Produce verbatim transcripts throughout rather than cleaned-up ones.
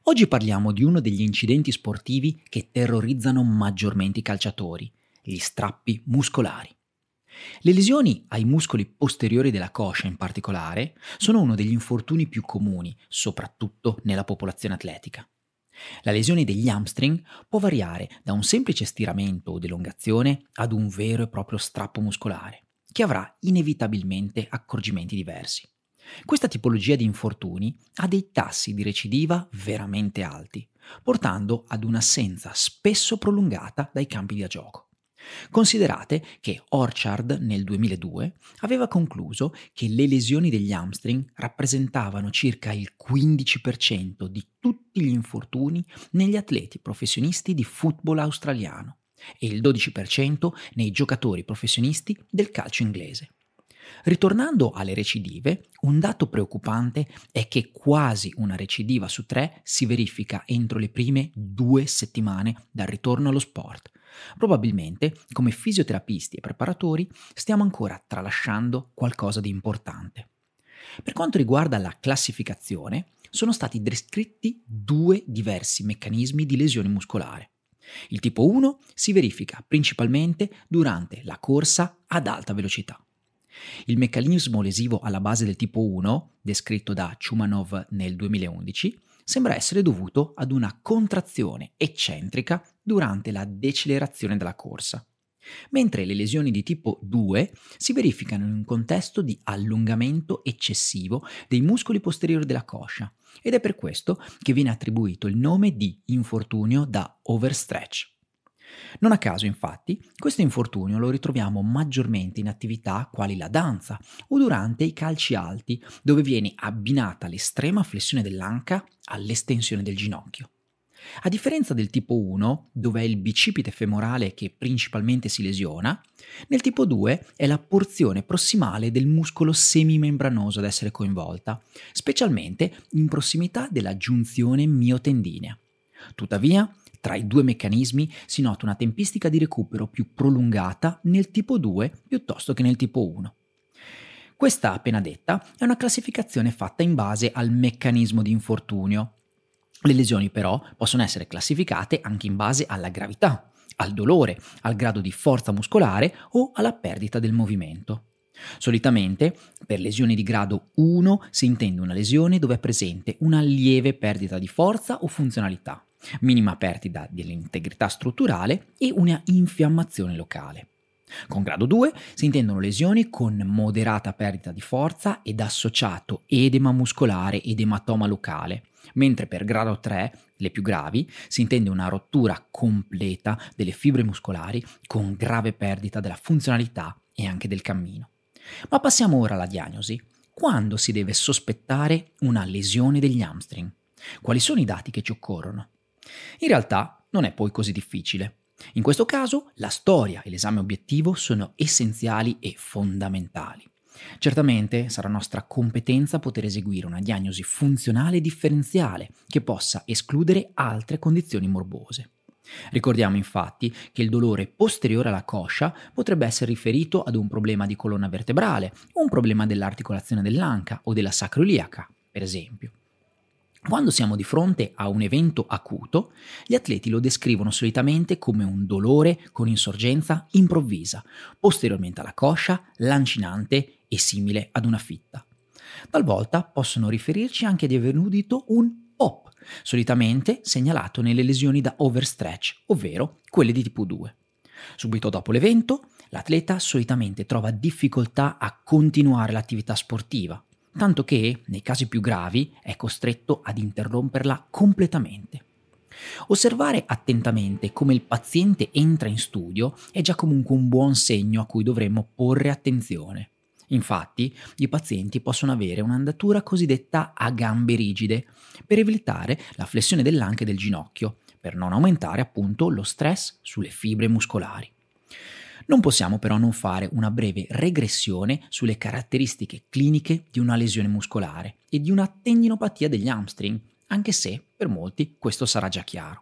Oggi parliamo di uno degli incidenti sportivi che terrorizzano maggiormente i calciatori, gli strappi muscolari. Le lesioni ai muscoli posteriori della coscia in particolare sono uno degli infortuni più comuni, soprattutto nella popolazione atletica. La lesione degli hamstring può variare da un semplice stiramento o elongazione ad un vero e proprio strappo muscolare, che avrà inevitabilmente accorgimenti diversi. Questa tipologia di infortuni ha dei tassi di recidiva veramente alti, portando ad un'assenza spesso prolungata dai campi da gioco. Considerate che Orchard nel duemiladue aveva concluso che le lesioni degli hamstring rappresentavano circa il quindici per cento di tutti gli infortuni negli atleti professionisti di football australiano e il dodici per cento nei giocatori professionisti del calcio inglese. Ritornando alle recidive, un dato preoccupante è che quasi una recidiva su tre si verifica entro le prime due settimane dal ritorno allo sport. Probabilmente, come fisioterapisti e preparatori, stiamo ancora tralasciando qualcosa di importante. Per quanto riguarda la classificazione, sono stati descritti due diversi meccanismi di lesione muscolare. Il tipo uno si verifica principalmente durante la corsa ad alta velocità. Il meccanismo lesivo alla base del tipo uno, descritto da Chumanov nel duemilaundici, sembra essere dovuto ad una contrazione eccentrica durante la decelerazione della corsa, mentre le lesioni di tipo due si verificano in un contesto di allungamento eccessivo dei muscoli posteriori della coscia, ed è per questo che viene attribuito il nome di infortunio da overstretch. Non a caso, infatti, questo infortunio lo ritroviamo maggiormente in attività quali la danza o durante i calci alti, dove viene abbinata l'estrema flessione dell'anca all'estensione del ginocchio. A differenza del tipo uno, dove è il bicipite femorale che principalmente si lesiona, nel tipo due è la porzione prossimale del muscolo semimembranoso ad essere coinvolta, specialmente in prossimità della giunzione miotendinea. Tuttavia, tra i due meccanismi si nota una tempistica di recupero più prolungata nel tipo due piuttosto che nel tipo uno. Questa appena detta è una classificazione fatta in base al meccanismo di infortunio. Le lesioni però possono essere classificate anche in base alla gravità, al dolore, al grado di forza muscolare o alla perdita del movimento. Solitamente, per lesioni di grado uno si intende una lesione dove è presente una lieve perdita di forza o funzionalità, minima perdita dell'integrità strutturale e una infiammazione locale. Con grado due si intendono lesioni con moderata perdita di forza ed associato edema muscolare ed ematoma locale, mentre per grado tre, le più gravi, si intende una rottura completa delle fibre muscolari con grave perdita della funzionalità e anche del cammino. Ma passiamo ora alla diagnosi. Quando si deve sospettare una lesione degli hamstring? Quali sono i dati che ci occorrono? In realtà non è poi così difficile. In questo caso la storia e l'esame obiettivo sono essenziali e fondamentali. Certamente sarà nostra competenza poter eseguire una diagnosi funzionale e differenziale che possa escludere altre condizioni morbose. Ricordiamo infatti che il dolore posteriore alla coscia potrebbe essere riferito ad un problema di colonna vertebrale, un problema dell'articolazione dell'anca o della sacroiliaca, per esempio. Quando siamo di fronte a un evento acuto, gli atleti lo descrivono solitamente come un dolore con insorgenza improvvisa, posteriormente alla coscia, lancinante e simile ad una fitta. Talvolta possono riferirci anche di aver udito un pop, solitamente segnalato nelle lesioni da overstretch, ovvero quelle di tipo due. Subito dopo l'evento, l'atleta solitamente trova difficoltà a continuare l'attività sportiva, tanto che, nei casi più gravi, è costretto ad interromperla completamente. Osservare attentamente come il paziente entra in studio è già comunque un buon segno a cui dovremmo porre attenzione. Infatti, i pazienti possono avere un'andatura cosiddetta a gambe rigide, per evitare la flessione dell'anca e del ginocchio, per non aumentare appunto lo stress sulle fibre muscolari. Non possiamo però non fare una breve regressione sulle caratteristiche cliniche di una lesione muscolare e di una tendinopatia degli hamstring, anche se per molti questo sarà già chiaro.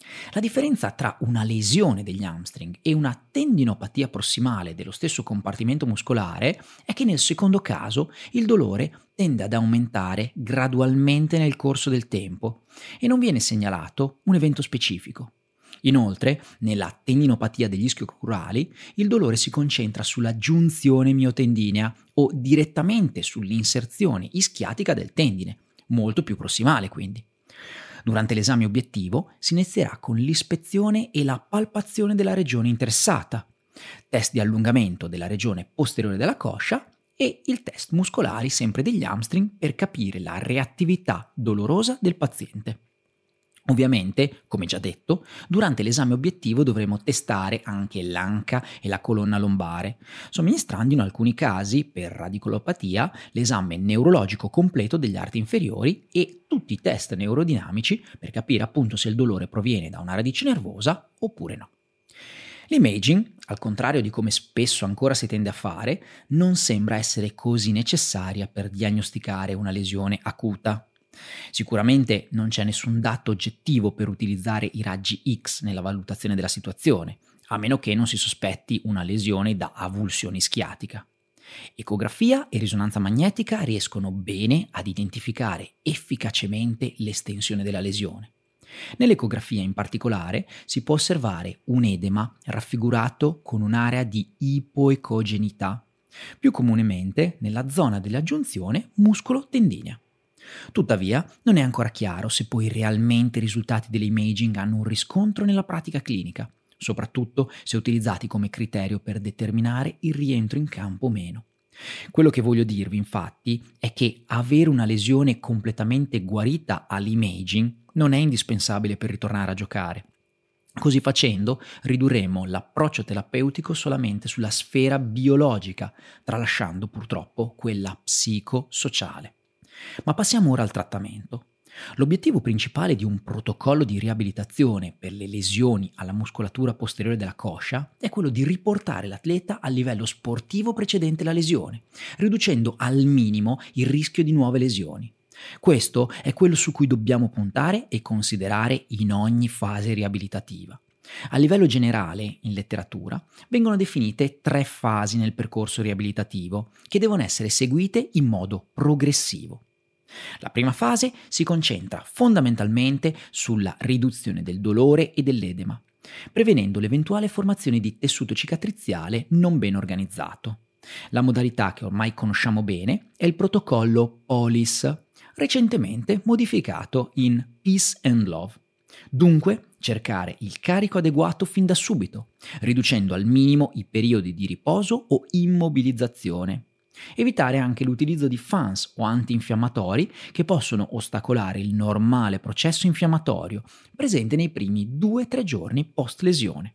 La differenza tra una lesione degli hamstring e una tendinopatia prossimale dello stesso compartimento muscolare è che nel secondo caso il dolore tende ad aumentare gradualmente nel corso del tempo e non viene segnalato un evento specifico. Inoltre, nella tendinopatia degli ischiocrurali, il dolore si concentra sulla giunzione miotendinea o direttamente sull'inserzione ischiatica del tendine, molto più prossimale quindi. Durante l'esame obiettivo si inizierà con l'ispezione e la palpazione della regione interessata, test di allungamento della regione posteriore della coscia e il test muscolari sempre degli hamstring per capire la reattività dolorosa del paziente. Ovviamente, come già detto, durante l'esame obiettivo dovremo testare anche l'anca e la colonna lombare, somministrando in alcuni casi, per radiculopatia, l'esame neurologico completo degli arti inferiori e tutti i test neurodinamici per capire appunto se il dolore proviene da una radice nervosa oppure no. L'imaging, al contrario di come spesso ancora si tende a fare, non sembra essere così necessaria per diagnosticare una lesione acuta. Sicuramente non c'è nessun dato oggettivo per utilizzare i raggi X nella valutazione della situazione, a meno che non si sospetti una lesione da avulsione ischiatica. Ecografia e risonanza magnetica riescono bene ad identificare efficacemente l'estensione della lesione. Nell'ecografia in particolare si può osservare un edema raffigurato con un'area di ipoecogenità, più comunemente nella zona della giunzione muscolo-tendinea. Tuttavia, non è ancora chiaro se poi realmente i risultati dell'imaging hanno un riscontro nella pratica clinica, soprattutto se utilizzati come criterio per determinare il rientro in campo o meno. Quello che voglio dirvi, infatti, è che avere una lesione completamente guarita all'imaging non è indispensabile per ritornare a giocare. Così facendo, ridurremo l'approccio terapeutico solamente sulla sfera biologica, tralasciando purtroppo quella psicosociale. Ma passiamo ora al trattamento. L'obiettivo principale di un protocollo di riabilitazione per le lesioni alla muscolatura posteriore della coscia è quello di riportare l'atleta al livello sportivo precedente la lesione, riducendo al minimo il rischio di nuove lesioni. Questo è quello su cui dobbiamo puntare e considerare in ogni fase riabilitativa. A livello generale, in letteratura, vengono definite tre fasi nel percorso riabilitativo che devono essere seguite in modo progressivo. La prima fase si concentra fondamentalmente sulla riduzione del dolore e dell'edema, prevenendo l'eventuale formazione di tessuto cicatriziale non ben organizzato. La modalità che ormai conosciamo bene è il protocollo POLIS, recentemente modificato in Peace and Love. Dunque, cercare il carico adeguato fin da subito, riducendo al minimo i periodi di riposo o immobilizzazione. Evitare anche l'utilizzo di F A Ns o antinfiammatori che possono ostacolare il normale processo infiammatorio presente nei primi due tre giorni post lesione.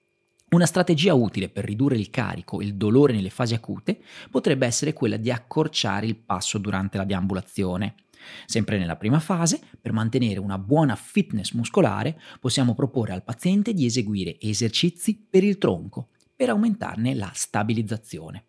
Una strategia utile per ridurre il carico e il dolore nelle fasi acute potrebbe essere quella di accorciare il passo durante la deambulazione. Sempre nella prima fase, per mantenere una buona fitness muscolare, possiamo proporre al paziente di eseguire esercizi per il tronco per aumentarne la stabilizzazione.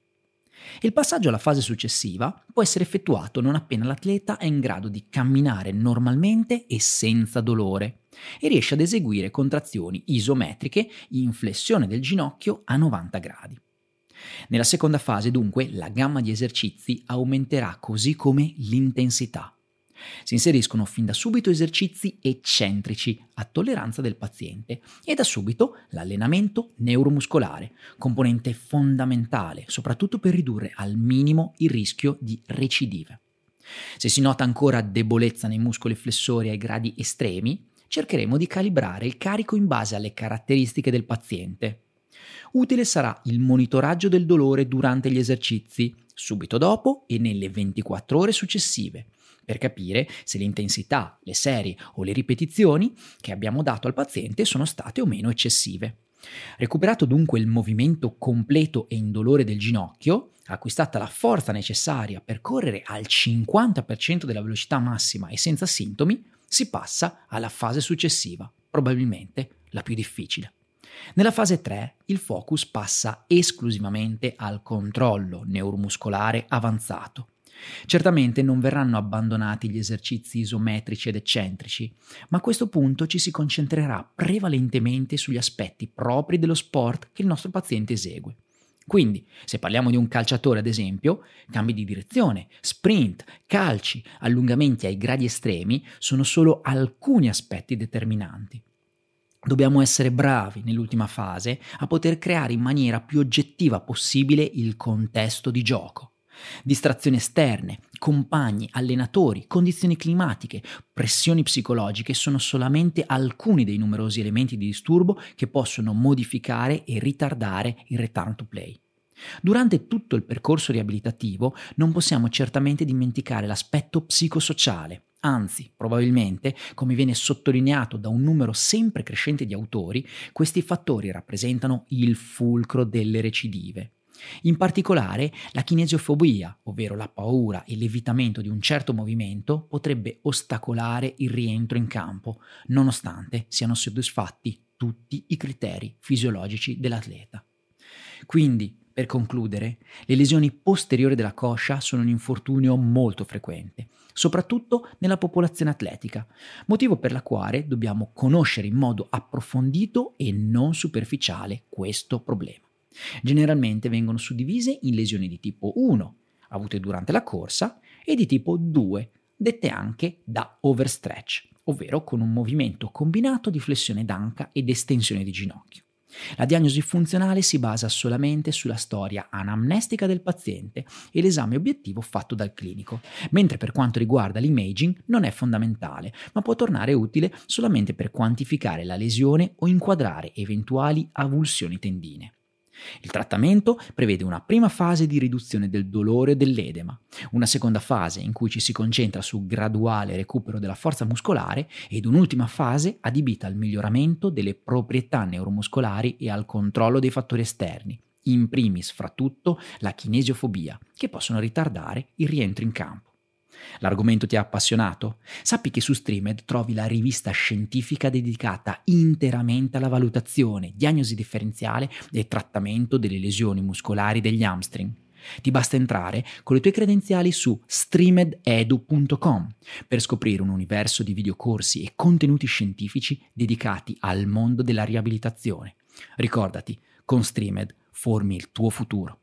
Il passaggio alla fase successiva può essere effettuato non appena l'atleta è in grado di camminare normalmente e senza dolore e riesce ad eseguire contrazioni isometriche in flessione del ginocchio a novanta gradi. Nella seconda fase, dunque, la gamma di esercizi aumenterà così come l'intensità. Si inseriscono fin da subito esercizi eccentrici a tolleranza del paziente e da subito l'allenamento neuromuscolare, componente fondamentale soprattutto per ridurre al minimo il rischio di recidive. Se si nota ancora debolezza nei muscoli flessori ai gradi estremi, cercheremo di calibrare il carico in base alle caratteristiche del paziente. Utile sarà il monitoraggio del dolore durante gli esercizi, subito dopo e nelle ventiquattro ore successive, per capire se l'intensità, le serie o le ripetizioni che abbiamo dato al paziente sono state o meno eccessive. Recuperato dunque il movimento completo e indolore del ginocchio, acquistata la forza necessaria per correre al cinquanta per cento della velocità massima e senza sintomi, si passa alla fase successiva, probabilmente la più difficile. Nella fase tre il focus passa esclusivamente al controllo neuromuscolare avanzato, Certamente non verranno abbandonati gli esercizi isometrici ed eccentrici, ma a questo punto ci si concentrerà prevalentemente sugli aspetti propri dello sport che il nostro paziente esegue. Quindi, se parliamo di un calciatore, ad esempio, cambi di direzione, sprint, calci, allungamenti ai gradi estremi sono solo alcuni aspetti determinanti. Dobbiamo essere bravi nell'ultima fase a poter creare in maniera più oggettiva possibile il contesto di gioco. Distrazioni esterne, compagni, allenatori, condizioni climatiche, pressioni psicologiche sono solamente alcuni dei numerosi elementi di disturbo che possono modificare e ritardare il return to play. Durante tutto il percorso riabilitativo non possiamo certamente dimenticare l'aspetto psicosociale. Anzi, probabilmente, come viene sottolineato da un numero sempre crescente di autori, questi fattori rappresentano il fulcro delle recidive. In particolare, la kinesiofobia, ovvero la paura e l'evitamento di un certo movimento, potrebbe ostacolare il rientro in campo, nonostante siano soddisfatti tutti i criteri fisiologici dell'atleta. Quindi, per concludere, le lesioni posteriori della coscia sono un infortunio molto frequente, soprattutto nella popolazione atletica, motivo per la quale dobbiamo conoscere in modo approfondito e non superficiale questo problema. Generalmente vengono suddivise in lesioni di tipo uno, avute durante la corsa, e di tipo due, dette anche da overstretch, ovvero con un movimento combinato di flessione d'anca ed estensione di ginocchio. La diagnosi funzionale si basa solamente sulla storia anamnestica del paziente e l'esame obiettivo fatto dal clinico, mentre per quanto riguarda l'imaging non è fondamentale, ma può tornare utile solamente per quantificare la lesione o inquadrare eventuali avulsioni tendine. Il trattamento prevede una prima fase di riduzione del dolore e dell'edema, una seconda fase in cui ci si concentra sul graduale recupero della forza muscolare ed un'ultima fase adibita al miglioramento delle proprietà neuromuscolari e al controllo dei fattori esterni, in primis fra tutto la kinesiofobia, che possono ritardare il rientro in campo. L'argomento ti ha appassionato? Sappi che su Streamed trovi la rivista scientifica dedicata interamente alla valutazione, diagnosi differenziale e trattamento delle lesioni muscolari degli hamstring. Ti basta entrare con le tue credenziali su streamed edu punto com per scoprire un universo di videocorsi e contenuti scientifici dedicati al mondo della riabilitazione. Ricordati, con Streamed formi il tuo futuro.